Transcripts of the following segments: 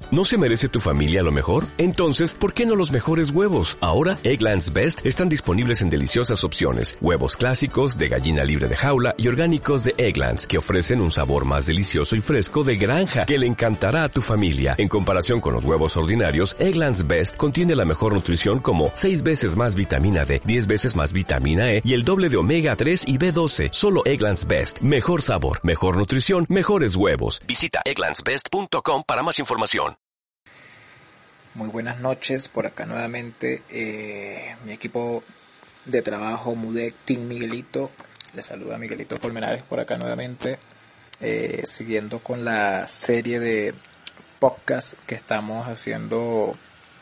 ¿No se merece tu familia lo mejor? Entonces, ¿por qué no los mejores huevos? Ahora, Eggland's Best están disponibles en deliciosas opciones. Huevos clásicos, de gallina libre de jaula y orgánicos de Eggland's, que ofrecen un sabor más delicioso y fresco de granja, que le encantará a tu familia. En comparación con los huevos ordinarios, Eggland's Best contiene la mejor nutrición como 6 veces más vitamina D, 10 veces más vitamina E y el doble de omega 3 y B12. Solo Eggland's Best. Mejor sabor, mejor nutrición, mejores huevos. Visita egglandsbest.com para más información. Muy buenas noches, por acá nuevamente mi equipo de trabajo Mudec Team Miguelito. Les saluda Miguelito Colmenares por acá nuevamente, siguiendo con la serie de podcast que estamos haciendo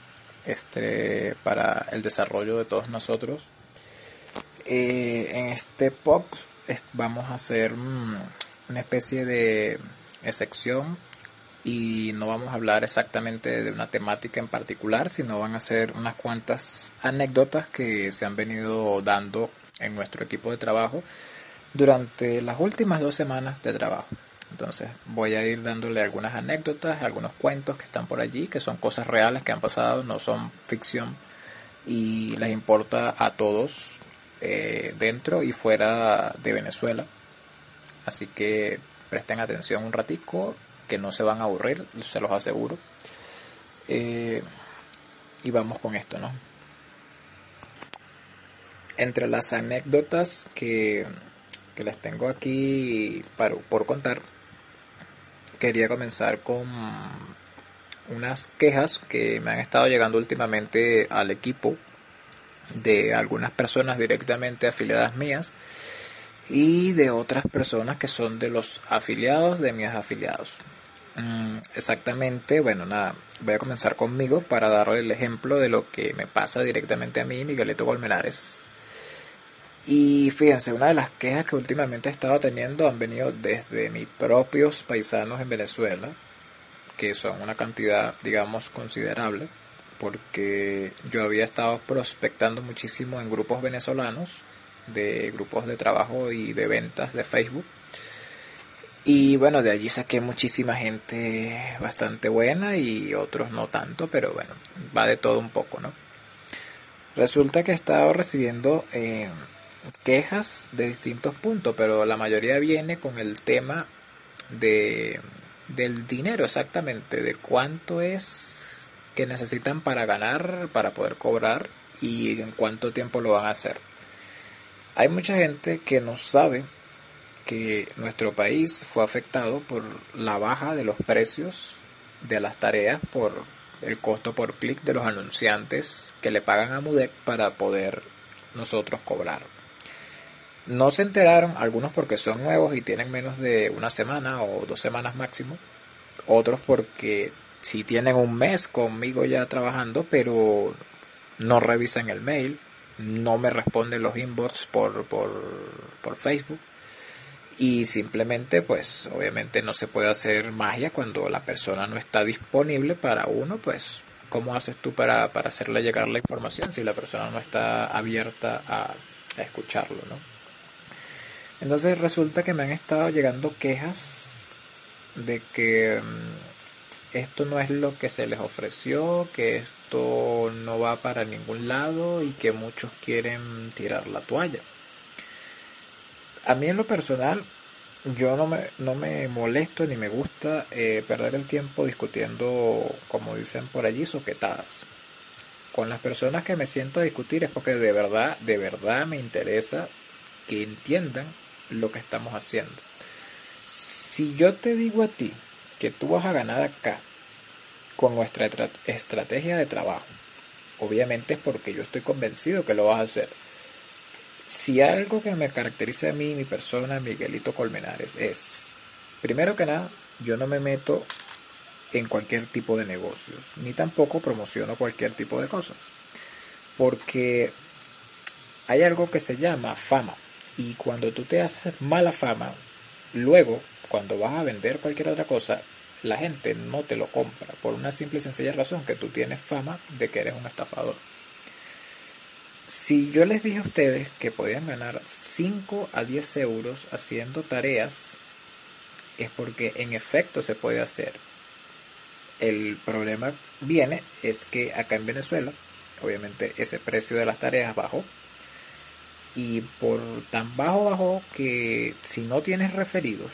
para el desarrollo de todos nosotros. En este podcast vamos a hacer una especie de sección. Y no vamos a hablar exactamente de una temática en particular, sino van a ser unas cuantas anécdotas que se han venido dando en nuestro equipo de trabajo durante las últimas 2 semanas de trabajo. Entonces voy a ir dándole algunas anécdotas, algunos cuentos que están por allí, que son cosas reales que han pasado, no son ficción, y les importa a todos dentro y fuera de Venezuela. Así que presten atención un ratico, que no se van a aburrir, se los aseguro. Y vamos con esto, ¿no? Entre las anécdotas que les tengo aquí por contar, quería comenzar con unas quejas que me han estado llegando últimamente al equipo de algunas personas directamente afiliadas mías y de otras personas que son de los afiliados de mis afiliados. Exactamente, bueno, nada, voy a comenzar conmigo para darle el ejemplo de lo que me pasa directamente a mí, Miguelito Colmenares. Y fíjense, una de las quejas que últimamente he estado teniendo han venido desde mis propios paisanos en Venezuela, que son una cantidad, digamos, considerable, porque yo había estado prospectando muchísimo en grupos venezolanos, de grupos de trabajo y de ventas de Facebook. Y bueno, de allí saqué muchísima gente bastante buena y otros no tanto, pero bueno, va de todo un poco, ¿no? Resulta que he estado recibiendo quejas de distintos puntos, pero la mayoría viene con el tema del dinero exactamente, de cuánto es que necesitan para ganar, para poder cobrar y en cuánto tiempo lo van a hacer. Hay mucha gente que no sabe que nuestro país fue afectado por la baja de los precios de las tareas por el costo por clic de los anunciantes que le pagan a Mudec para poder nosotros cobrar. No se enteraron, algunos porque son nuevos y tienen menos de una semana o 2 semanas máximo, otros porque sí tienen un mes conmigo ya trabajando, pero no revisan el mail, no me responden los inbox por Facebook. Y simplemente, pues, obviamente no se puede hacer magia cuando la persona no está disponible para uno, pues, ¿cómo haces tú para hacerle llegar la información si la persona no está abierta a escucharlo, ¿no? Entonces resulta que me han estado llegando quejas de que esto no es lo que se les ofreció, que esto no va para ningún lado y que muchos quieren tirar la toalla. A mí en lo personal, yo no me molesto ni me gusta perder el tiempo discutiendo, como dicen por allí, soquetadas. Con las personas que me siento a discutir es porque de verdad me interesa que entiendan lo que estamos haciendo. Si yo te digo a ti que tú vas a ganar acá con nuestra estrategia de trabajo, obviamente es porque yo estoy convencido que lo vas a hacer. Si algo que me caracteriza a mí, mi persona, Miguelito Colmenares, es, primero que nada, yo no me meto en cualquier tipo de negocios, ni tampoco promociono cualquier tipo de cosas, porque hay algo que se llama fama, y cuando tú te haces mala fama, luego, cuando vas a vender cualquier otra cosa, la gente no te lo compra, por una simple y sencilla razón, que tú tienes fama de que eres un estafador. Si yo les dije a ustedes que podían ganar 5 a 10 euros haciendo tareas, es porque en efecto se puede hacer. El problema viene es que acá en Venezuela, obviamente ese precio de las tareas bajó, y por tan bajo bajó que si no tienes referidos,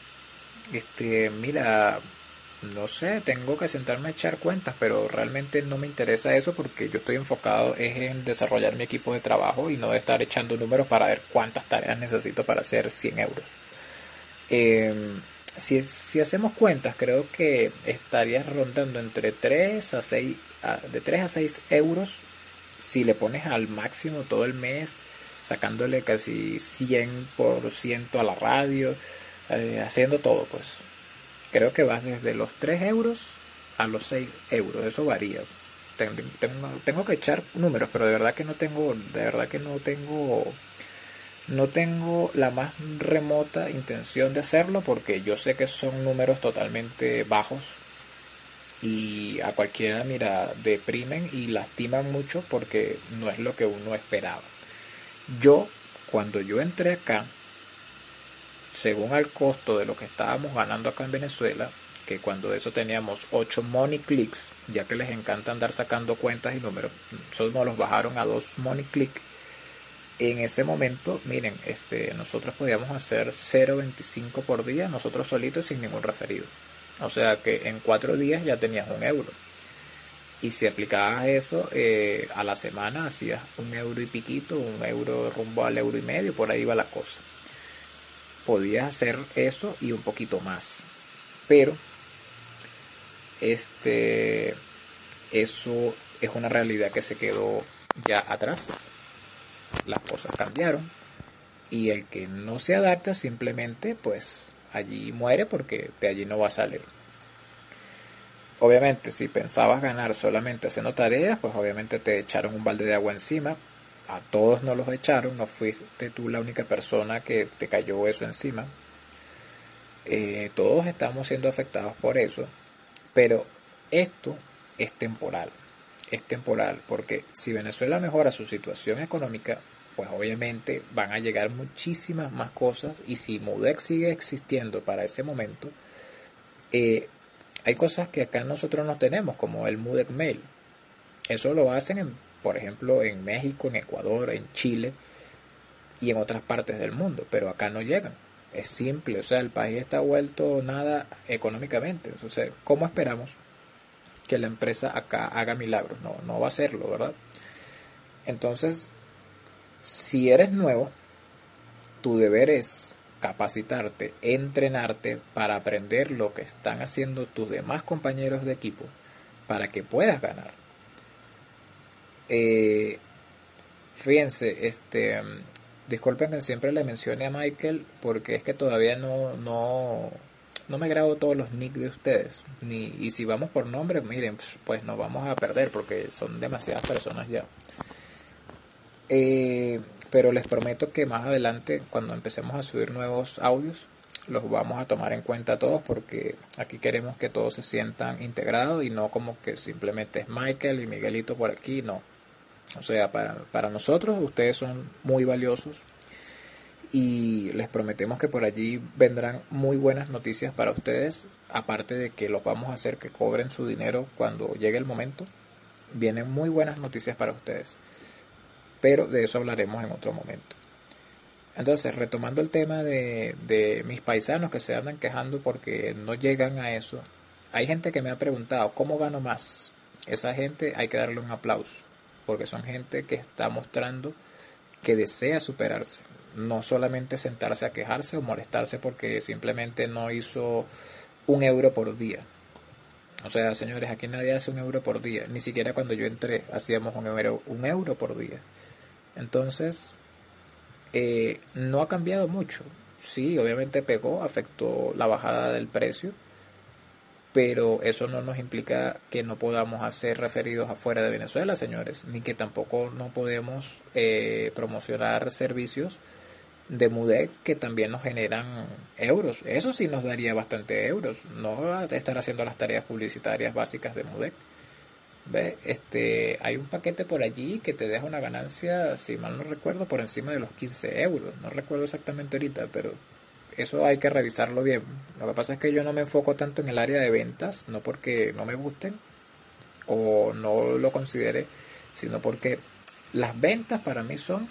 mira, no sé, tengo que sentarme a echar cuentas, pero realmente no me interesa eso porque yo estoy enfocado es en desarrollar mi equipo de trabajo y no de estar echando números para ver cuántas tareas necesito para hacer 100 euros. Si hacemos cuentas, creo que estarías rondando entre 3 a 6, de 3 a 6 euros si le pones al máximo todo el mes, sacándole casi 100% a la radio, haciendo todo, pues. Creo que vas desde los 3 euros a los 6 euros, eso varía. Tengo que echar números, pero de verdad que no tengo la más remota intención de hacerlo porque yo sé que son números totalmente bajos y a cualquiera, mira, deprimen y lastiman mucho porque no es lo que uno esperaba. Cuando yo entré acá, según el costo de lo que estábamos ganando acá en Venezuela, que cuando de eso teníamos 8 money clicks, ya que les encanta andar sacando cuentas y números, nosotros nos los bajaron a 2 money clicks. En ese momento, miren, nosotros podíamos hacer 0.25 por día, nosotros solitos sin ningún referido. O sea que en 4 días ya tenías 1 euro. Y si aplicabas eso a la semana, hacías 1 euro y piquito, 1 euro rumbo al euro y medio, por ahí va la cosa. Podías hacer eso y un poquito más. Pero eso es una realidad que se quedó ya atrás. Las cosas cambiaron y el que no se adapta simplemente pues allí muere porque de allí no va a salir. Obviamente si pensabas ganar solamente haciendo tareas, pues obviamente te echaron un balde de agua encima. A todos nos los echaron, no fuiste tú la única persona que te cayó eso encima. Todos estamos siendo afectados por eso, pero esto es temporal. Es temporal porque si Venezuela mejora su situación económica, pues obviamente van a llegar muchísimas más cosas, y si MUDEC sigue existiendo para ese momento, hay cosas que acá nosotros no tenemos, como el MUDEC Mail. Eso lo hacen, por ejemplo, en México, en Ecuador, en Chile y en otras partes del mundo, pero acá no llegan. Es simple, o sea, el país está vuelto nada económicamente. O sea, ¿cómo esperamos que la empresa acá haga milagros? No va a hacerlo, ¿verdad? Entonces, si eres nuevo, tu deber es capacitarte, entrenarte para aprender lo que están haciendo tus demás compañeros de equipo para que puedas ganar. Fíjense, disculpen que siempre le mencione a Michael porque es que todavía no me grabo todos los nicks de ustedes. Y si vamos por nombre, miren, pues nos vamos a perder porque son demasiadas personas ya. Pero les prometo que más adelante, cuando empecemos a subir nuevos audios, los vamos a tomar en cuenta todos porque aquí queremos que todos se sientan integrados y no como que simplemente es Michael y Miguelito por aquí, no. O sea, para nosotros ustedes son muy valiosos y les prometemos que por allí vendrán muy buenas noticias para ustedes, aparte de que los vamos a hacer que cobren su dinero cuando llegue el momento. Vienen muy buenas noticias para ustedes, pero de eso hablaremos en otro momento. Entonces, retomando el tema de mis paisanos que se andan quejando porque no llegan a eso, hay gente que me ha preguntado, ¿cómo gano más? Esa gente hay que darle un aplauso, porque son gente que está mostrando que desea superarse, no solamente sentarse a quejarse o molestarse porque simplemente no hizo 1 euro por día. O sea, señores, aquí nadie hace 1 euro por día, ni siquiera cuando yo entré hacíamos 1 euro por día. Entonces, no ha cambiado mucho. Sí, obviamente pegó, afectó la bajada del precio, pero eso no nos implica que no podamos hacer referidos afuera de Venezuela, señores, ni que tampoco no podemos promocionar servicios de MUDEC que también nos generan euros. Eso sí nos daría bastante euros, no estar haciendo las tareas publicitarias básicas de MUDEC. Hay un paquete por allí que te deja una ganancia, si mal no recuerdo, por encima de los 15 euros. No recuerdo exactamente ahorita, pero eso hay que revisarlo bien. Lo que pasa es que yo no me enfoco tanto en el área de ventas, no porque no me gusten o no lo considere, sino porque las ventas para mí son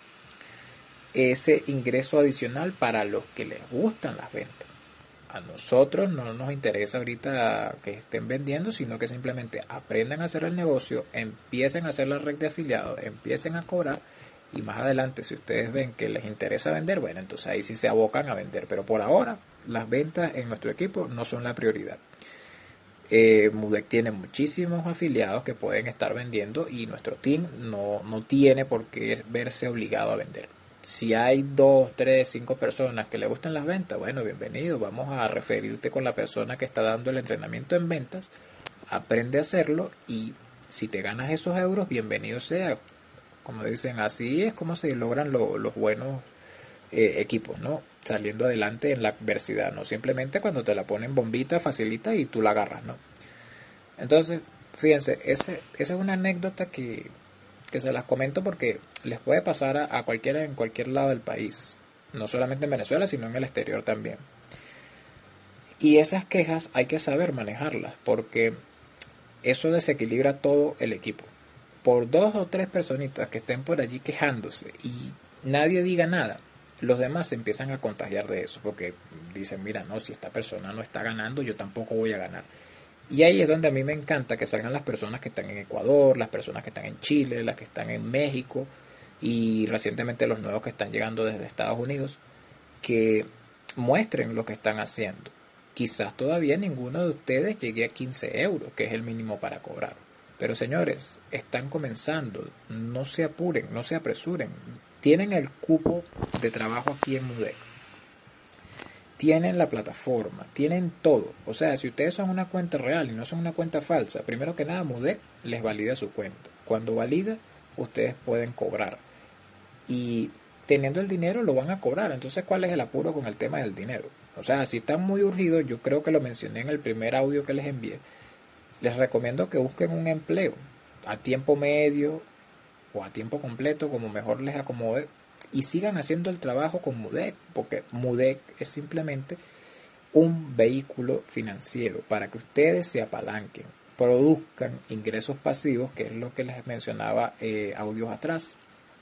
ese ingreso adicional para los que les gustan las ventas. A nosotros no nos interesa ahorita que estén vendiendo, sino que simplemente aprendan a hacer el negocio, empiecen a hacer la red de afiliados, empiecen a cobrar, y más adelante, si ustedes ven que les interesa vender, bueno, entonces ahí sí se abocan a vender. Pero por ahora, las ventas en nuestro equipo no son la prioridad. Mudec tiene muchísimos afiliados que pueden estar vendiendo y nuestro team no tiene por qué verse obligado a vender. Si hay 2, 3, 5 personas que le gustan las ventas, bueno, bienvenido, vamos a referirte con la persona que está dando el entrenamiento en ventas, aprende a hacerlo y si te ganas esos euros, bienvenido sea. Como dicen, así es como se logran los buenos equipos, ¿no? Saliendo adelante en la adversidad, no simplemente cuando te la ponen bombita, facilita y tú la agarras, ¿no? Entonces, fíjense, esa es una anécdota que se las comento porque les puede pasar a cualquiera en cualquier lado del país, no solamente en Venezuela, sino en el exterior también. Y esas quejas hay que saber manejarlas, porque eso desequilibra todo el equipo. Por 2 o 3 personitas que estén por allí quejándose y nadie diga nada, los demás se empiezan a contagiar de eso, porque dicen, mira, no, si esta persona no está ganando, yo tampoco voy a ganar. Y ahí es donde a mí me encanta que salgan las personas que están en Ecuador, las personas que están en Chile, las que están en México y recientemente los nuevos que están llegando desde Estados Unidos, que muestren lo que están haciendo. Quizás todavía ninguno de ustedes llegue a 15 euros, que es el mínimo para cobrar. Pero señores, están comenzando, no se apuren, no se apresuren. Tienen el cupo de trabajo aquí en Mudec. Tienen la plataforma, tienen todo. O sea, si ustedes son una cuenta real y no son una cuenta falsa, primero que nada Mudec les valida su cuenta. Cuando valida, ustedes pueden cobrar. Y teniendo el dinero lo van a cobrar. Entonces, ¿cuál es el apuro con el tema del dinero? O sea, si están muy urgidos, yo creo que lo mencioné en el primer audio que les envié, les recomiendo que busquen un empleo a tiempo medio o a tiempo completo, como mejor les acomode, y sigan haciendo el trabajo con Mudec, porque Mudec es simplemente un vehículo financiero para que ustedes se apalanquen, produzcan ingresos pasivos, que es lo que les mencionaba audios atrás.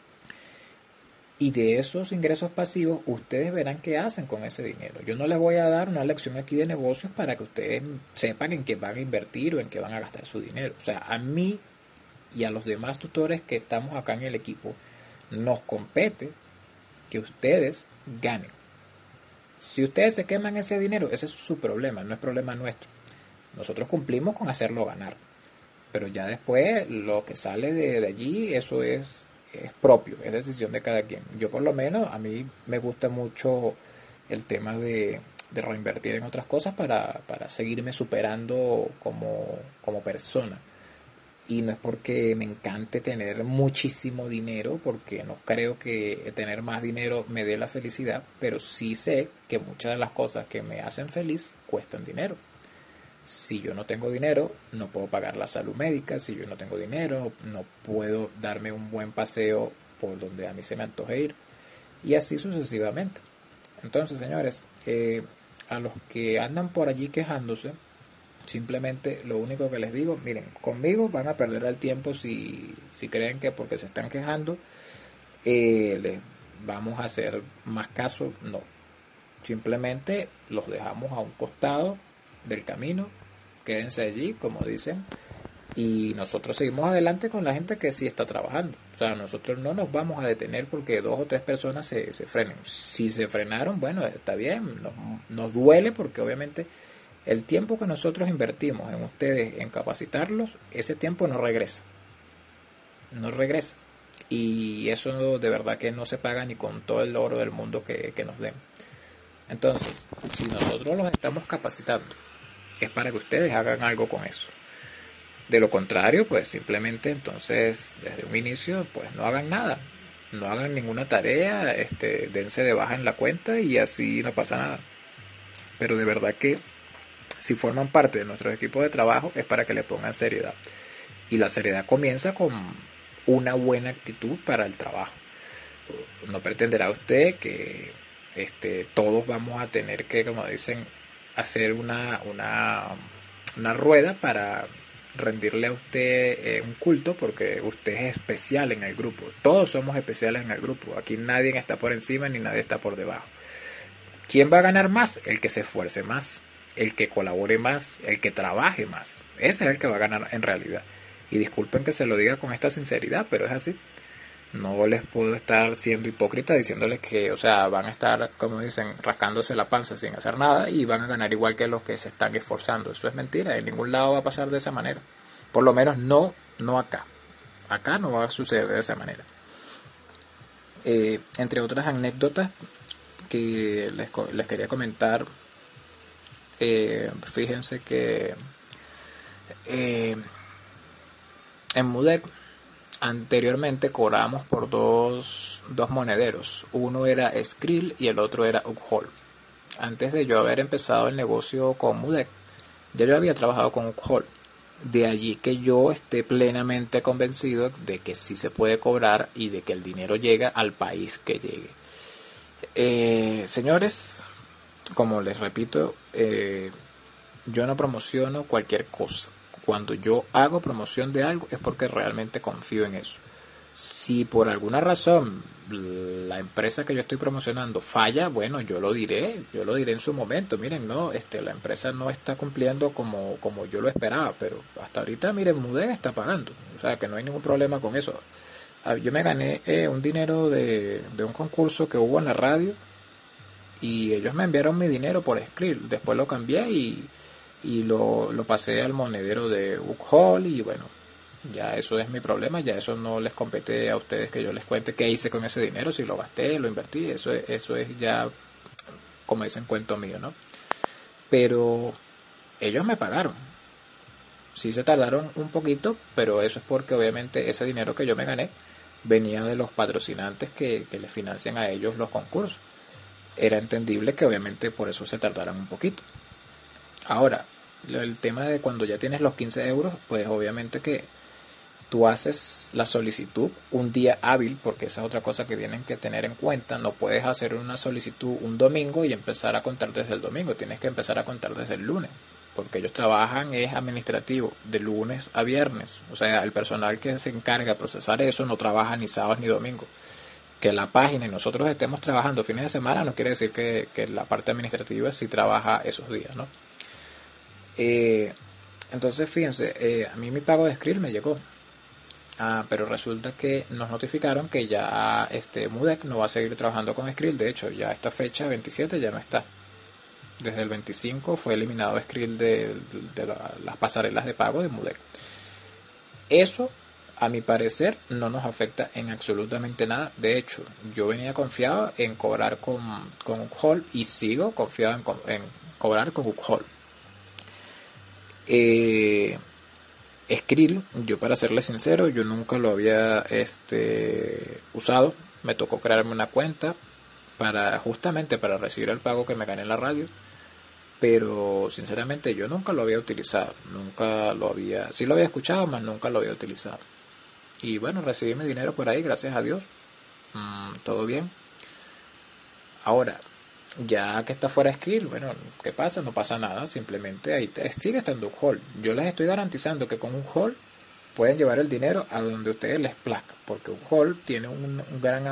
Y de esos ingresos pasivos, ustedes verán qué hacen con ese dinero. Yo no les voy a dar una lección aquí de negocios para que ustedes sepan en qué van a invertir o en qué van a gastar su dinero. O sea, a mí y a los demás tutores que estamos acá en el equipo, nos compete que ustedes ganen. Si ustedes se queman ese dinero, ese es su problema, no es problema nuestro. Nosotros cumplimos con hacerlo ganar. Pero ya después, lo que sale de allí, eso es propio, es decisión de cada quien. Yo por lo menos, a mí me gusta mucho el tema de reinvertir en otras cosas para seguirme superando como persona. Y no es porque me encante tener muchísimo dinero, porque no creo que tener más dinero me dé la felicidad, pero sí sé que muchas de las cosas que me hacen feliz cuestan dinero. Si yo no tengo dinero, no puedo pagar la salud médica. Si yo no tengo dinero, no puedo darme un buen paseo por donde a mí se me antoje ir. Y así sucesivamente. Entonces, señores, a los que andan por allí quejándose, simplemente lo único que les digo, miren, conmigo van a perder el tiempo si creen que porque se están quejando les vamos a hacer más caso. No. Simplemente los dejamos a un costado del camino, quédense allí, como dicen, y nosotros seguimos adelante con la gente que sí está trabajando. O sea, nosotros no nos vamos a detener porque 2 o 3 personas se frenen. Si se frenaron, bueno, está bien, nos duele porque obviamente el tiempo que nosotros invertimos en ustedes, en capacitarlos, ese tiempo no regresa. No regresa. Y eso de verdad que no se paga ni con todo el oro del mundo que nos den. Entonces, si nosotros los estamos capacitando, es para que ustedes hagan algo con eso. De lo contrario, pues simplemente entonces desde un inicio pues no hagan nada, no hagan ninguna tarea, dense de baja en la cuenta y así no pasa nada. Pero de verdad que si forman parte de nuestro equipo de trabajo es para que le pongan seriedad. Y la seriedad comienza con una buena actitud para el trabajo. No pretenderá usted que todos vamos a tener que, como dicen, hacer una rueda para rendirle a usted un culto, porque usted es especial en el grupo. Todos somos especiales en el grupo. Aquí nadie está por encima ni nadie está por debajo. ¿Quién va a ganar más? El que se esfuerce más, el que colabore más, el que trabaje más. Ese es el que va a ganar en realidad. Y disculpen que se lo diga con esta sinceridad, pero es así. No les puedo estar siendo hipócrita diciéndoles que, o sea, van a estar, como dicen, rascándose la panza sin hacer nada y van a ganar igual que los que se están esforzando. Eso es mentira, en ningún lado va a pasar de esa manera. Por lo menos no acá. Acá no va a suceder de esa manera. Entre otras anécdotas que les quería comentar, fíjense que en Mudec anteriormente cobrábamos por dos monederos. Uno era Skrill y el otro era Ukhol. Antes de yo haber empezado el negocio con Mudec, ya yo había trabajado con Ukhol. De allí que yo esté plenamente convencido de que sí se puede cobrar y de que el dinero llega al país que llegue. Señores, como les repito, yo no promociono cualquier cosa. Cuando yo hago promoción de algo es porque realmente confío en eso. Si por alguna razón la empresa que yo estoy promocionando falla, bueno, yo lo diré en su momento. Miren, no, la empresa no está cumpliendo como yo lo esperaba, pero hasta ahorita, miren, Mudec está pagando, o sea que no hay ningún problema con eso. Yo me gané un dinero de un concurso que hubo en la radio y ellos me enviaron mi dinero por Skrill. Después lo cambié y lo pasé al monedero de Ukhol y bueno, ya eso es mi problema, ya eso no les compete a ustedes que yo les cuente qué hice con ese dinero, si lo gasté, lo invertí, eso es ya, como dicen, cuento mío, ¿no? Pero ellos me pagaron. Sí se tardaron un poquito, pero eso es porque obviamente ese dinero que yo me gané venía de los patrocinantes que les financian a ellos los concursos. Era entendible que obviamente por eso se tardaran un poquito. Ahora, el tema de cuando ya tienes los 15 euros, pues obviamente que tú haces la solicitud un día hábil, porque esa es otra cosa que tienen que tener en cuenta. No puedes hacer una solicitud un domingo y empezar a contar desde el domingo, tienes que empezar a contar desde el lunes, porque ellos trabajan es administrativo, de lunes a viernes. O sea, el personal que se encarga de procesar eso no trabaja ni sábados ni domingos. Que la página y nosotros estemos trabajando fines de semana no quiere decir que la parte administrativa sí trabaja esos días, ¿no? Entonces fíjense, a mí mi pago de Skrill me llegó, pero resulta que nos notificaron que ya Mudec no va a seguir trabajando con Skrill. De hecho, ya esta fecha 27 ya no está. Desde el 25 fue eliminado Skrill de las pasarelas de pago de Mudec. Eso, a mi parecer, no nos afecta en absolutamente nada. De hecho, yo venía confiado en cobrar con Ukhol y sigo confiado en cobrar con Ukhol. Skrill, yo para serles sincero, yo nunca lo había usado. Me tocó crearme una cuenta justamente para recibir el pago que me gané en la radio, pero sinceramente yo nunca lo había utilizado, sí lo había escuchado, mas nunca lo había utilizado. Y bueno, recibí mi dinero por ahí, gracias a Dios. Todo bien. Ahora, ya que está fuera Skrill, bueno, ¿qué pasa? No pasa nada, simplemente ahí sigue estando Ukhol. Yo les estoy garantizando que con Ukhol pueden llevar el dinero a donde ustedes les plazca, porque Ukhol tiene un gran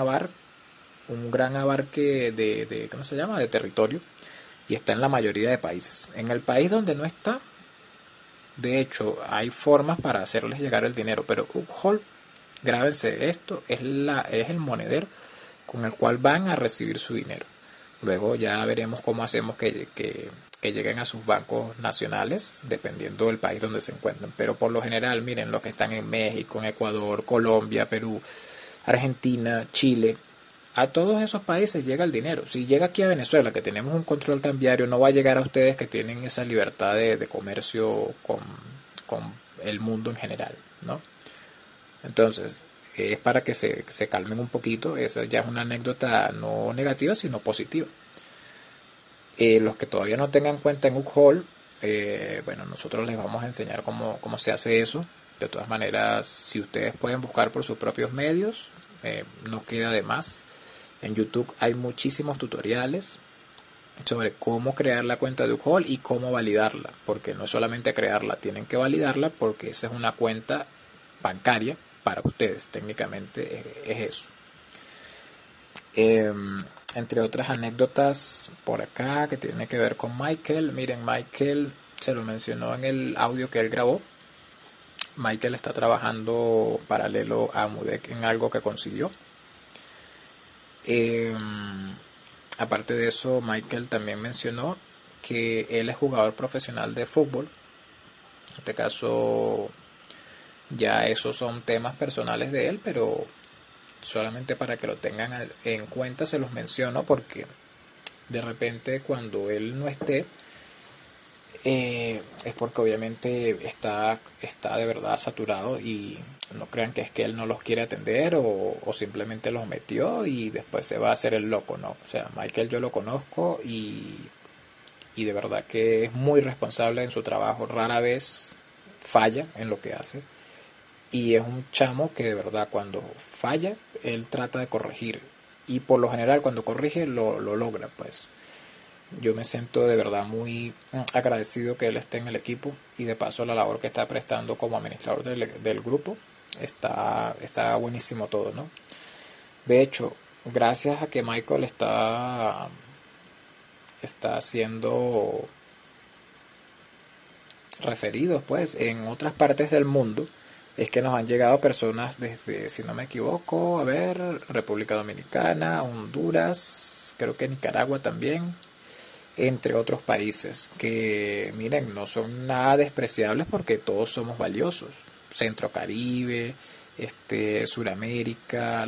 abarque de ¿cómo se llama? De territorio, y está en la mayoría de países. En el país donde no está, de hecho, hay formas para hacerles llegar el dinero, pero Ukhol, grábense esto, es el monedero con el cual van a recibir su dinero. Luego ya veremos cómo hacemos que lleguen a sus bancos nacionales, dependiendo del país donde se encuentren. Pero por lo general, miren, los que están en México, en Ecuador, Colombia, Perú, Argentina, Chile, a todos esos países llega el dinero. Si llega aquí a Venezuela, que tenemos un control cambiario, no va a llegar a ustedes que tienen esa libertad de comercio con el mundo en general, ¿no? Entonces, es para que se calmen un poquito. Esa ya es una anécdota no negativa, sino positiva. Los que todavía no tengan cuenta en Ukhol, bueno, nosotros les vamos a enseñar cómo se hace eso. De todas maneras, si ustedes pueden buscar por sus propios medios, no queda de más. En YouTube hay muchísimos tutoriales sobre cómo crear la cuenta de Uphold y cómo validarla, porque no es solamente crearla, tienen que validarla porque esa es una cuenta bancaria para ustedes, técnicamente es eso. Entre otras anécdotas por acá que tiene que ver con Michael, miren, Michael se lo mencionó en el audio que él grabó. Michael está trabajando paralelo a Mudec en algo que consiguió. Aparte de eso, Michael también mencionó que él es jugador profesional de fútbol. En este caso, ya esos son temas personales de él, pero solamente para que lo tengan en cuenta se los menciono, porque de repente cuando él no esté, es porque obviamente está de verdad saturado, y no crean que es que él no los quiere atender o simplemente los metió y después se va a hacer el loco, no. O sea, Michael yo lo conozco y de verdad que es muy responsable en su trabajo, rara vez falla en lo que hace, y es un chamo que de verdad cuando falla él trata de corregir, y por lo general cuando corrige lo logra. Pues yo me siento de verdad muy agradecido que él esté en el equipo, y de paso la labor que está prestando como administrador del grupo está buenísimo todo, ¿no? De hecho, gracias a que Michael está siendo referidos pues en otras partes del mundo, es que nos han llegado personas desde, si no me equivoco, a ver, República Dominicana, Honduras, creo que Nicaragua también, entre otros países, que miren, no son nada despreciables porque todos somos valiosos. Centro Caribe, Suramérica,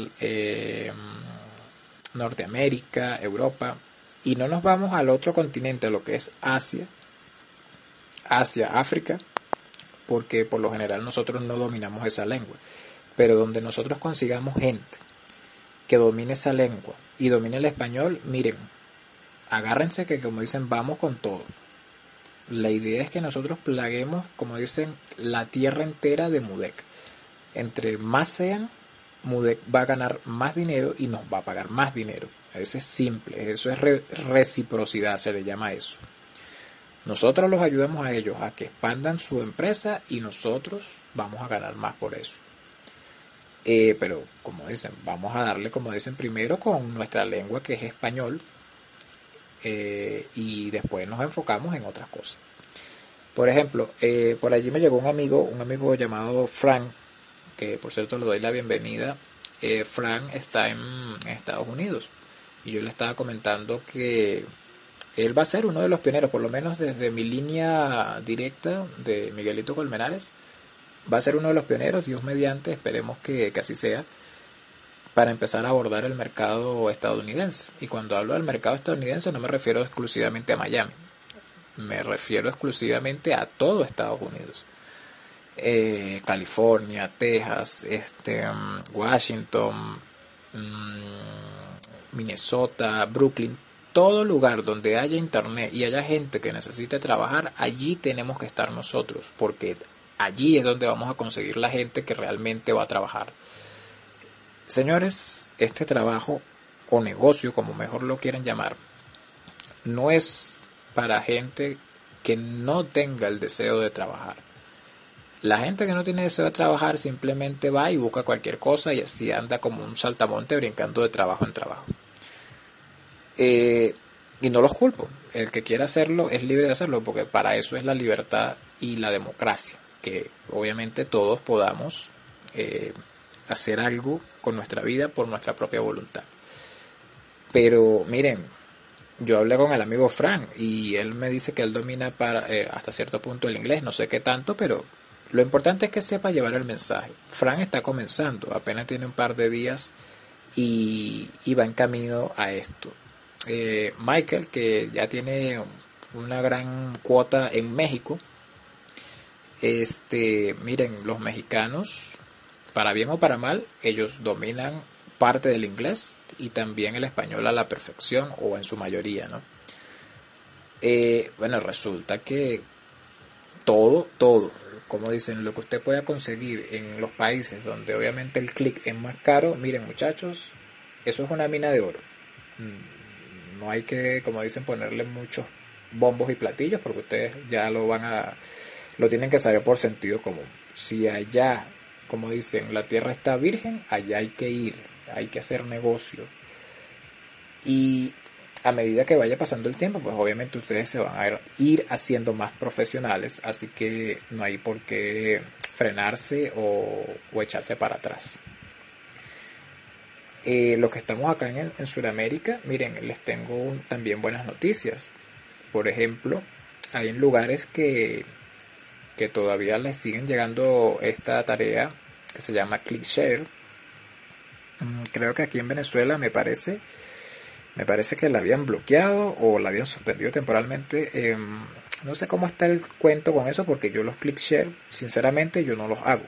Norteamérica, Europa, y no nos vamos al otro continente, lo que es Asia, África, porque por lo general nosotros no dominamos esa lengua, pero donde nosotros consigamos gente que domine esa lengua y domine el español, miren, agárrense que, como dicen, vamos con todo. La idea es que nosotros plaguemos, como dicen, la tierra entera de Mudec. Entre más sean, Mudec va a ganar más dinero y nos va a pagar más dinero. Eso es simple, eso es reciprocidad, se le llama eso. Nosotros los ayudamos a ellos a que expandan su empresa y nosotros vamos a ganar más por eso. Pero, como dicen, vamos a darle, como dicen, primero con nuestra lengua, que es español, y después nos enfocamos en otras cosas. Por ejemplo, por allí me llegó un amigo llamado Frank, que por cierto le doy la bienvenida. Frank está en Estados Unidos, y yo le estaba comentando que él va a ser uno de los pioneros, por lo menos desde mi línea directa de Miguelito Colmenares, va a ser uno de los pioneros, Dios mediante, esperemos que así sea, para empezar a abordar el mercado estadounidense. Y cuando hablo del mercado estadounidense no me refiero exclusivamente a Miami, me refiero exclusivamente a todo Estados Unidos. California, Texas, Washington, Minnesota, Brooklyn, todo lugar donde haya internet y haya gente que necesite trabajar, allí tenemos que estar nosotros, porque allí es donde vamos a conseguir la gente que realmente va a trabajar. Señores, este trabajo o negocio, como mejor lo quieren llamar, no es para gente que no tenga el deseo de trabajar. La gente que no tiene deseo de trabajar simplemente va y busca cualquier cosa y así anda como un saltamonte brincando de trabajo en trabajo. Y no los culpo. El que quiera hacerlo es libre de hacerlo, porque para eso es la libertad y la democracia, que obviamente todos podamos hacer algo con nuestra vida por nuestra propia voluntad. Pero miren, yo hablé con el amigo Frank y él me dice que él domina hasta cierto punto el inglés, no sé qué tanto, pero lo importante es que sepa llevar el mensaje. Frank está comenzando, apenas tiene un par de días y va en camino a esto. Michael, que ya tiene una gran cuota en México, miren, los mexicanos, para bien o para mal, ellos dominan parte del inglés y también el español a la perfección, o en su mayoría, ¿no? Bueno, resulta que todo, como dicen, lo que usted pueda conseguir en los países donde obviamente el clic es más caro, miren muchachos, eso es una mina de oro. No hay que, como dicen, ponerle muchos bombos y platillos porque ustedes ya lo tienen que saber por sentido común. Si allá, como dicen, la tierra está virgen, allá hay que ir, hay que hacer negocio. Y a medida que vaya pasando el tiempo, pues obviamente ustedes se van a ir haciendo más profesionales, así que no hay por qué frenarse o echarse para atrás. Los que estamos acá en Sudamérica, miren, les tengo también buenas noticias. Por ejemplo, hay lugares que todavía les siguen llegando esta tarea que se llama ClickShare. Creo que aquí en Venezuela me parece que la habían bloqueado o la habían suspendido temporalmente. No sé cómo está el cuento con eso porque yo los ClickShare, sinceramente, yo no los hago.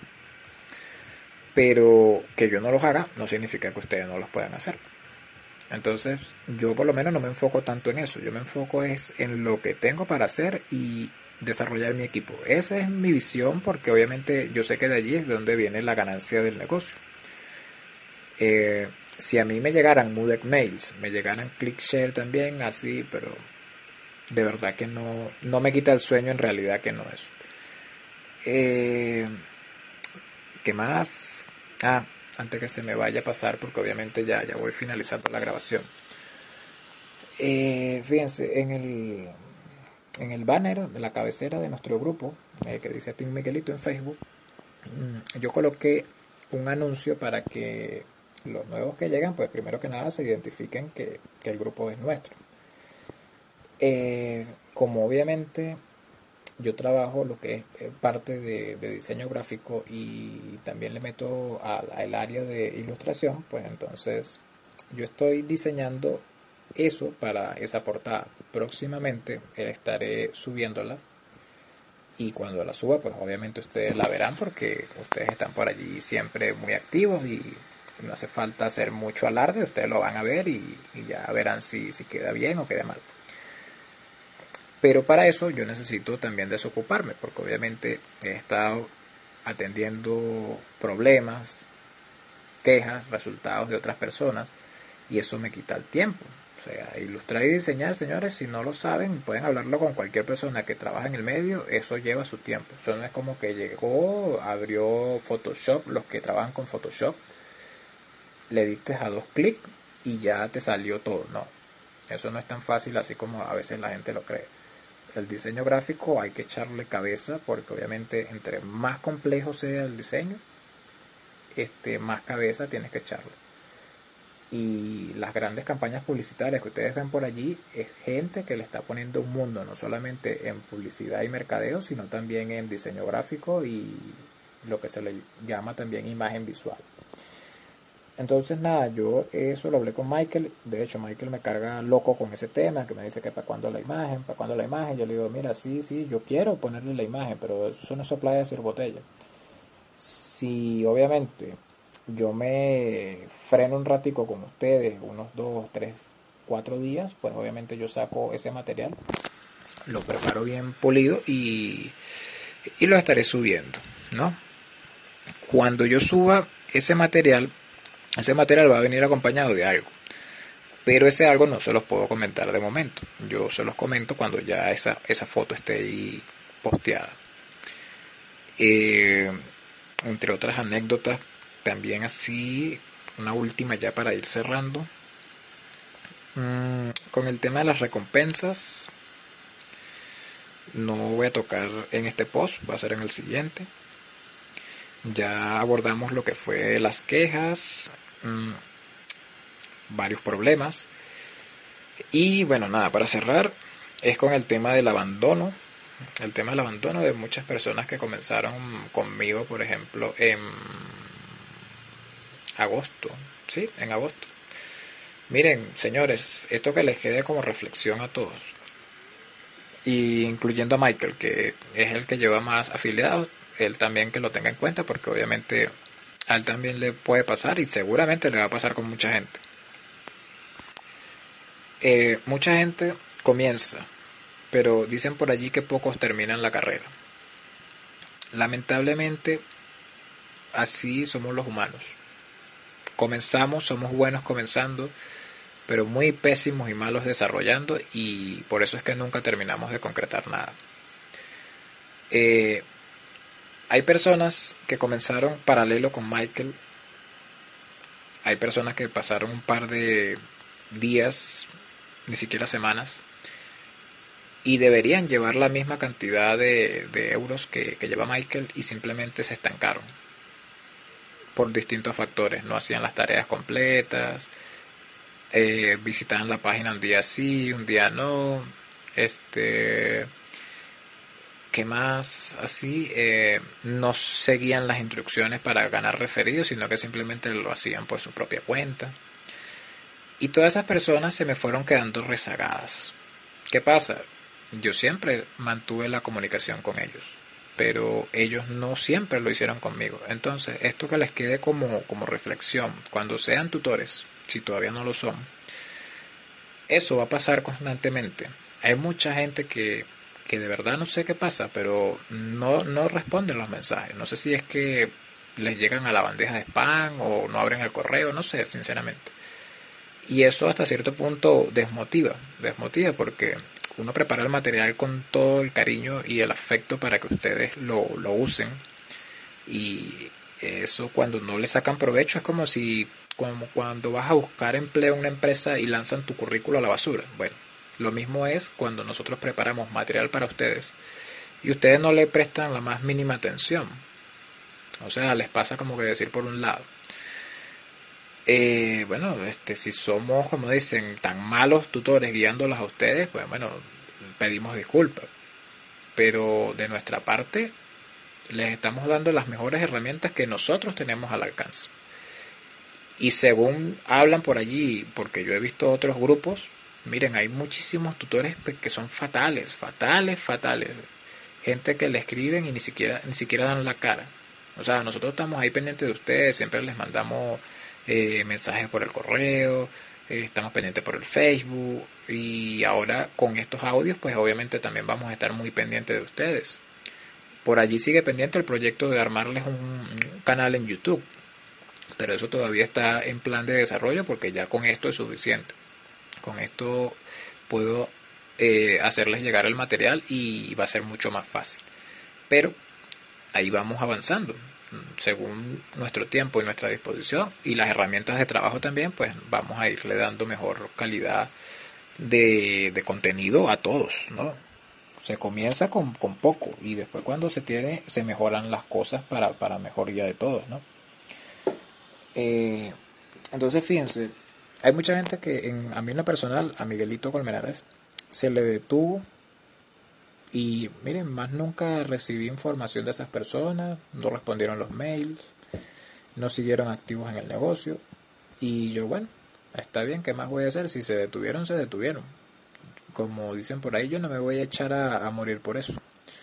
Pero que yo no los haga no significa que ustedes no los puedan hacer. Entonces, yo por lo menos no me enfoco tanto en eso. Yo me enfoco es en lo que tengo para hacer y desarrollar mi equipo. Esa es mi visión porque obviamente yo sé que de allí es de donde viene la ganancia del negocio. Si a mí me llegaran Moodec Mails, me llegaran ClickShare también, así, pero de verdad que no me quita el sueño, en realidad que no es. ¿Qué más? Antes que se me vaya a pasar, porque obviamente ya voy finalizando la grabación. Fíjense, en el banner de la cabecera de nuestro grupo, que dice Team Miguelito en Facebook, yo coloqué un anuncio para que los nuevos que llegan, pues primero que nada se identifiquen que el grupo es nuestro. Como obviamente yo trabajo lo que es parte de diseño gráfico y también le meto al área de ilustración, pues entonces yo estoy diseñando eso para esa portada. Próximamente estaré subiéndola y cuando la suba, pues obviamente ustedes la verán porque ustedes están por allí siempre muy activos y no hace falta hacer mucho alarde, ustedes lo van a ver y ya verán si queda bien o queda mal. Pero para eso yo necesito también desocuparme, porque obviamente he estado atendiendo problemas, quejas, resultados de otras personas, y eso me quita el tiempo. O sea, ilustrar y diseñar, señores, si no lo saben, pueden hablarlo con cualquier persona que trabaja en el medio, eso lleva su tiempo. Eso no es como que llegó, abrió Photoshop, los que trabajan con Photoshop, le diste a 2 clics y ya te salió todo. No, eso no es tan fácil así como a veces la gente lo cree. El diseño gráfico hay que echarle cabeza porque obviamente entre más complejo sea el diseño, más cabeza tienes que echarle. Y las grandes campañas publicitarias que ustedes ven por allí es gente que le está poniendo un mundo, no solamente en publicidad y mercadeo, sino también en diseño gráfico y lo que se le llama también imagen visual. Entonces nada, yo eso lo hablé con Michael. De hecho Michael me carga loco con ese tema, que me dice que para cuándo la imagen. Yo le digo, mira, sí, yo quiero ponerle la imagen, pero eso no se playa de hacer botella. Si obviamente yo me freno un ratico con ustedes, unos 2, 3, 4 días, pues obviamente yo saco ese material, lo preparo bien pulido y lo estaré subiendo, ¿no? Cuando yo suba ese material va a venir acompañado de algo. Pero ese algo no se los puedo comentar de momento. Yo se los comento cuando ya esa foto esté ahí posteada. Entre otras anécdotas, también así, una última ya para ir cerrando. Con el tema de las recompensas, no voy a tocar en este post, va a ser en el siguiente. Ya abordamos lo que fue las quejas, varios problemas. Y bueno, nada, para cerrar, es con el tema del abandono. El tema del abandono de muchas personas que comenzaron conmigo, por ejemplo, en agosto. Sí, en agosto. Miren, señores, esto que les quede como reflexión a todos. Y incluyendo a Michael, que es el que lleva más afiliados, él también que lo tenga en cuenta, porque obviamente a él también le puede pasar y seguramente le va a pasar con mucha gente. Mucha gente comienza, pero dicen por allí que pocos terminan la carrera. Lamentablemente, así somos los humanos. somos buenos comenzando, pero muy pésimos y malos desarrollando, y por eso es que nunca terminamos de concretar nada. Hay personas que comenzaron paralelo con Michael, hay personas que pasaron un par de días, ni siquiera semanas, y deberían llevar la misma cantidad de euros que lleva Michael, y simplemente se estancaron por distintos factores. No hacían las tareas completas, visitaban la página un día sí, un día no, ¿qué más? Así, no seguían las instrucciones para ganar referidos, sino que simplemente lo hacían por su propia cuenta. Y todas esas personas se me fueron quedando rezagadas. ¿Qué pasa? Yo siempre mantuve la comunicación con ellos, pero ellos no siempre lo hicieron conmigo. Entonces, esto que les quede como reflexión, cuando sean tutores, si todavía no lo son, eso va a pasar constantemente. Hay mucha gente que de verdad no sé qué pasa, pero no responden los mensajes. No sé si es que les llegan a la bandeja de spam o no abren el correo, no sé, sinceramente. Y eso hasta cierto punto desmotiva porque uno prepara el material con todo el cariño y el afecto para que ustedes lo usen, y eso cuando no le sacan provecho es como cuando vas a buscar empleo en una empresa y lanzan tu currículo a la basura. Bueno, lo mismo es cuando nosotros preparamos material para ustedes y ustedes no le prestan la más mínima atención. O sea, les pasa como que decir por un lado. Bueno, si somos, como dicen, tan malos tutores guiándolos a ustedes, pues bueno, pedimos disculpas. Pero de nuestra parte, les estamos dando las mejores herramientas que nosotros tenemos al alcance. Y según hablan por allí, porque yo he visto otros grupos, miren, hay muchísimos tutores que son fatales. Gente que le escriben y ni siquiera dan la cara. O sea, nosotros estamos ahí pendientes de ustedes, siempre les mandamos mensajes por el correo, estamos pendientes por el Facebook, y ahora con estos audios pues obviamente también vamos a estar muy pendientes de ustedes. Por allí sigue pendiente el proyecto de armarles un canal en YouTube, pero eso todavía está en plan de desarrollo porque ya con esto es suficiente. Con esto puedo hacerles llegar el material y va a ser mucho más fácil. Pero ahí vamos avanzando según nuestro tiempo y nuestra disposición, y las herramientas de trabajo también, pues vamos a irle dando mejor calidad de contenido a todos, ¿no? Se comienza con poco y después cuando se mejoran las cosas para mejoría de todos, ¿no? Entonces fíjense, hay mucha gente que a mí en lo personal, a Miguelito Colmenares, se le detuvo. Y miren, más nunca recibí información de esas personas, no respondieron los mails, no siguieron activos en el negocio. Y yo, bueno, está bien, ¿qué más voy a hacer? Si se detuvieron, se detuvieron. Como dicen por ahí, yo no me voy a echar a morir por eso.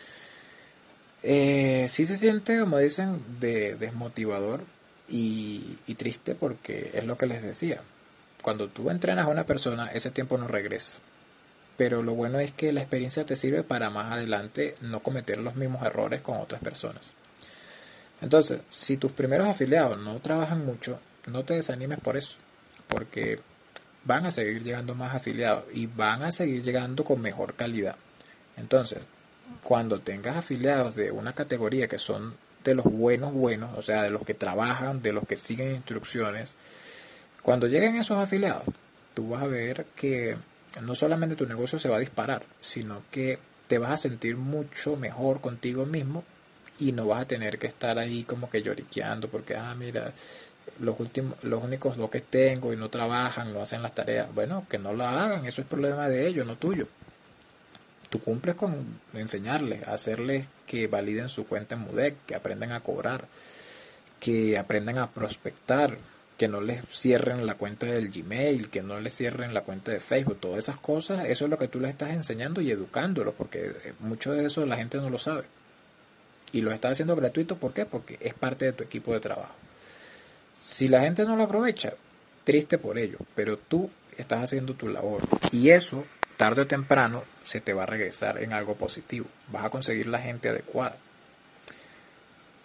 Sí se siente, como dicen, desmotivador y triste, porque es lo que les decía. Cuando tú entrenas a una persona, ese tiempo no regresa. Pero lo bueno es que la experiencia te sirve para más adelante no cometer los mismos errores con otras personas. Entonces, si tus primeros afiliados no trabajan mucho, no te desanimes por eso, porque van a seguir llegando más afiliados y van a seguir llegando con mejor calidad. Entonces, cuando tengas afiliados de una categoría que son de los buenos, o sea, de los que trabajan, de los que siguen instrucciones, cuando lleguen esos afiliados, tú vas a ver que no solamente tu negocio se va a disparar, sino que te vas a sentir mucho mejor contigo mismo y no vas a tener que estar ahí como que lloriqueando porque, mira, los únicos dos que tengo y no trabajan, no hacen las tareas. Bueno, que no la hagan, eso es problema de ellos, no tuyo. Tú cumples con enseñarles, hacerles que validen su cuenta en Mudec, que aprendan a cobrar, que aprendan a prospectar, que no les cierren la cuenta del Gmail, que no les cierren la cuenta de Facebook, todas esas cosas, eso es lo que tú les estás enseñando y educándolos, porque mucho de eso la gente no lo sabe. Y lo estás haciendo gratuito, ¿por qué? Porque es parte de tu equipo de trabajo. Si la gente no lo aprovecha, triste por ello, pero tú estás haciendo tu labor. Y eso, tarde o temprano, se te va a regresar en algo positivo. Vas a conseguir la gente adecuada.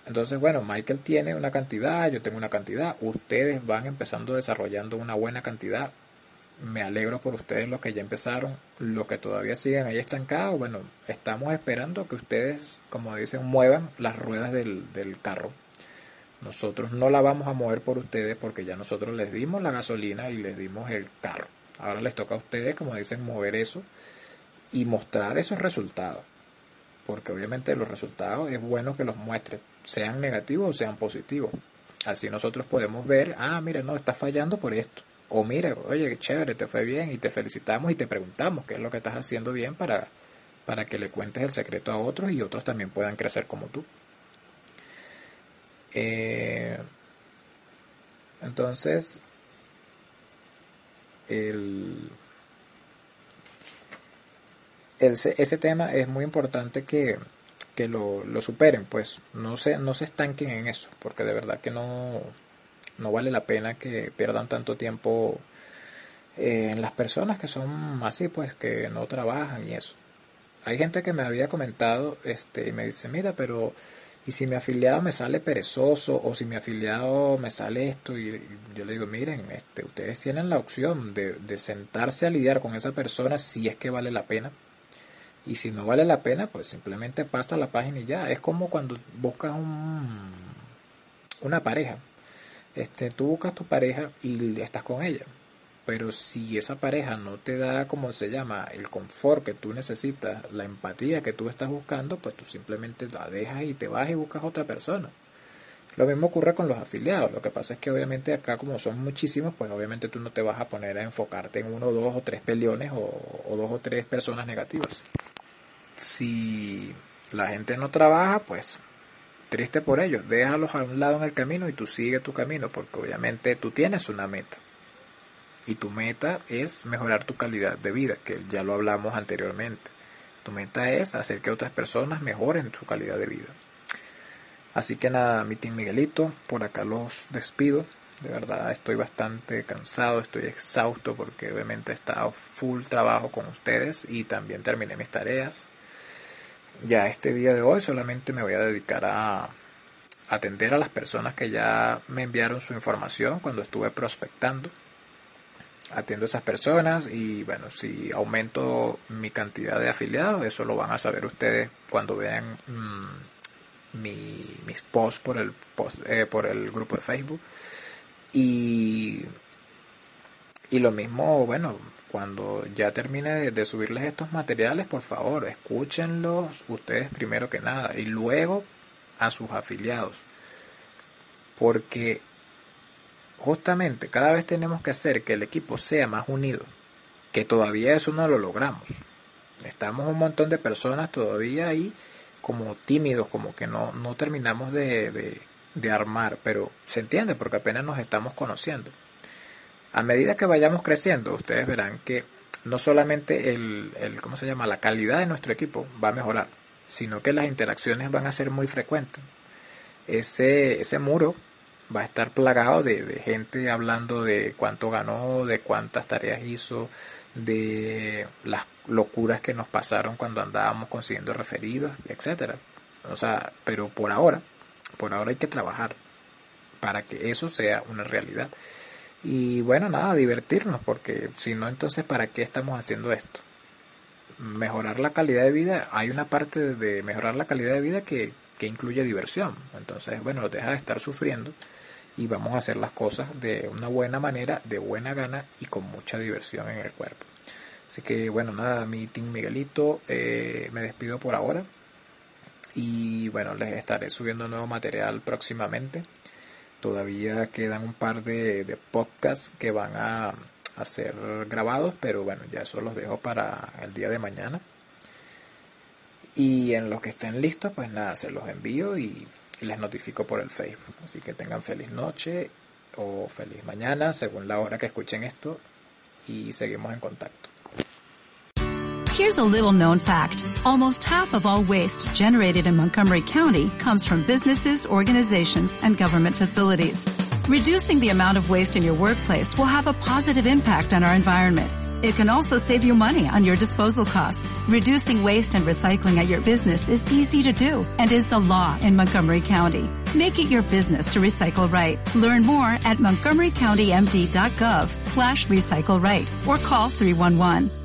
Entonces, bueno, Michael tiene una cantidad, yo tengo una cantidad, ustedes van empezando desarrollando una buena cantidad. Me alegro por ustedes los que ya empezaron, los que todavía siguen ahí estancados. Bueno, estamos esperando que ustedes, como dicen, muevan las ruedas del carro. Nosotros no la vamos a mover por ustedes porque ya nosotros les dimos la gasolina y les dimos el carro. Ahora les toca a ustedes, como dicen, mover eso y mostrar esos resultados. Porque obviamente los resultados es bueno que los muestren, sean negativos o sean positivos. Así nosotros podemos ver, mira, no, estás fallando por esto. O mira, oye, qué chévere, te fue bien y te felicitamos y te preguntamos qué es lo que estás haciendo bien para que le cuentes el secreto a otros y otros también puedan crecer como tú. Entonces, ese tema es muy importante que lo superen, pues no se estanquen en eso, porque de verdad que no vale la pena que pierdan tanto tiempo en las personas que son así, pues que no trabajan y eso. Hay gente que me había comentado y me dice, mira, pero ¿y si mi afiliado me sale perezoso o si mi afiliado me sale esto? Y yo le digo, miren, ustedes tienen la opción de sentarse a lidiar con esa persona si es que vale la pena. Y si no vale la pena, pues simplemente pasa la página y ya. Es como cuando buscas una pareja. Tú buscas tu pareja y estás con ella. Pero si esa pareja no te da, como se llama, el confort que tú necesitas, la empatía que tú estás buscando, pues tú simplemente la dejas y te vas y buscas otra persona. Lo mismo ocurre con los afiliados. Lo que pasa es que obviamente acá, como son muchísimos, pues obviamente tú no te vas a poner a enfocarte en 1, 2 o 3 peleones o 2 o 3 personas negativas. Si la gente no trabaja, pues triste por ellos, déjalos a un lado en el camino y tú sigue tu camino, porque obviamente tú tienes una meta y tu meta es mejorar tu calidad de vida, que ya lo hablamos anteriormente. Tu meta es hacer que otras personas mejoren su calidad de vida. Así que nada, mi Team Miguelito, por acá los despido. De verdad estoy bastante cansado, estoy exhausto porque obviamente he estado full trabajo con ustedes y también terminé mis tareas. Ya este día de hoy solamente me voy a dedicar a atender a las personas que ya me enviaron su información cuando estuve prospectando. Atiendo a esas personas y bueno, si aumento mi cantidad de afiliados, eso lo van a saber ustedes cuando vean mis posts por el grupo de Facebook. Y lo mismo, bueno, cuando ya termine de subirles estos materiales, por favor, escúchenlos ustedes primero que nada y luego a sus afiliados. Porque justamente cada vez tenemos que hacer que el equipo sea más unido, que todavía eso no lo logramos. Estamos un montón de personas todavía ahí como tímidos, como que no terminamos de armar, pero se entiende porque apenas nos estamos conociendo. A medida que vayamos creciendo, ustedes verán que no solamente ¿cómo se llama? La calidad de nuestro equipo va a mejorar, sino que las interacciones van a ser muy frecuentes. Ese muro va a estar plagado de gente hablando de cuánto ganó, de cuántas tareas hizo, de las locuras que nos pasaron cuando andábamos consiguiendo referidos, etcétera. O sea, pero por ahora hay que trabajar para que eso sea una realidad. Y bueno, nada, divertirnos, porque si no, entonces ¿para qué estamos haciendo esto? Mejorar la calidad de vida, hay una parte de mejorar la calidad de vida que incluye diversión. Entonces, bueno, deja de estar sufriendo y vamos a hacer las cosas de una buena manera, de buena gana y con mucha diversión en el cuerpo. Así que bueno, nada, mi Team Miguelito, me despido por ahora y bueno, les estaré subiendo nuevo material próximamente. Todavía quedan un par de podcasts que van a ser grabados, pero bueno, ya eso los dejo para el día de mañana. Y en los que estén listos, pues nada, se los envío y les notifico por el Facebook. Así que tengan feliz noche o feliz mañana, según la hora que escuchen esto, y seguimos en contacto. Here's a little known fact. Almost half of all waste generated in Montgomery County comes from businesses, organizations, and government facilities. Reducing the amount of waste in your workplace will have a positive impact on our environment. It can also save you money on your disposal costs. Reducing waste and recycling at your business is easy to do and is the law in Montgomery County. Make it your business to recycle right. Learn more at montgomerycountymd.gov/recycle right or call 311.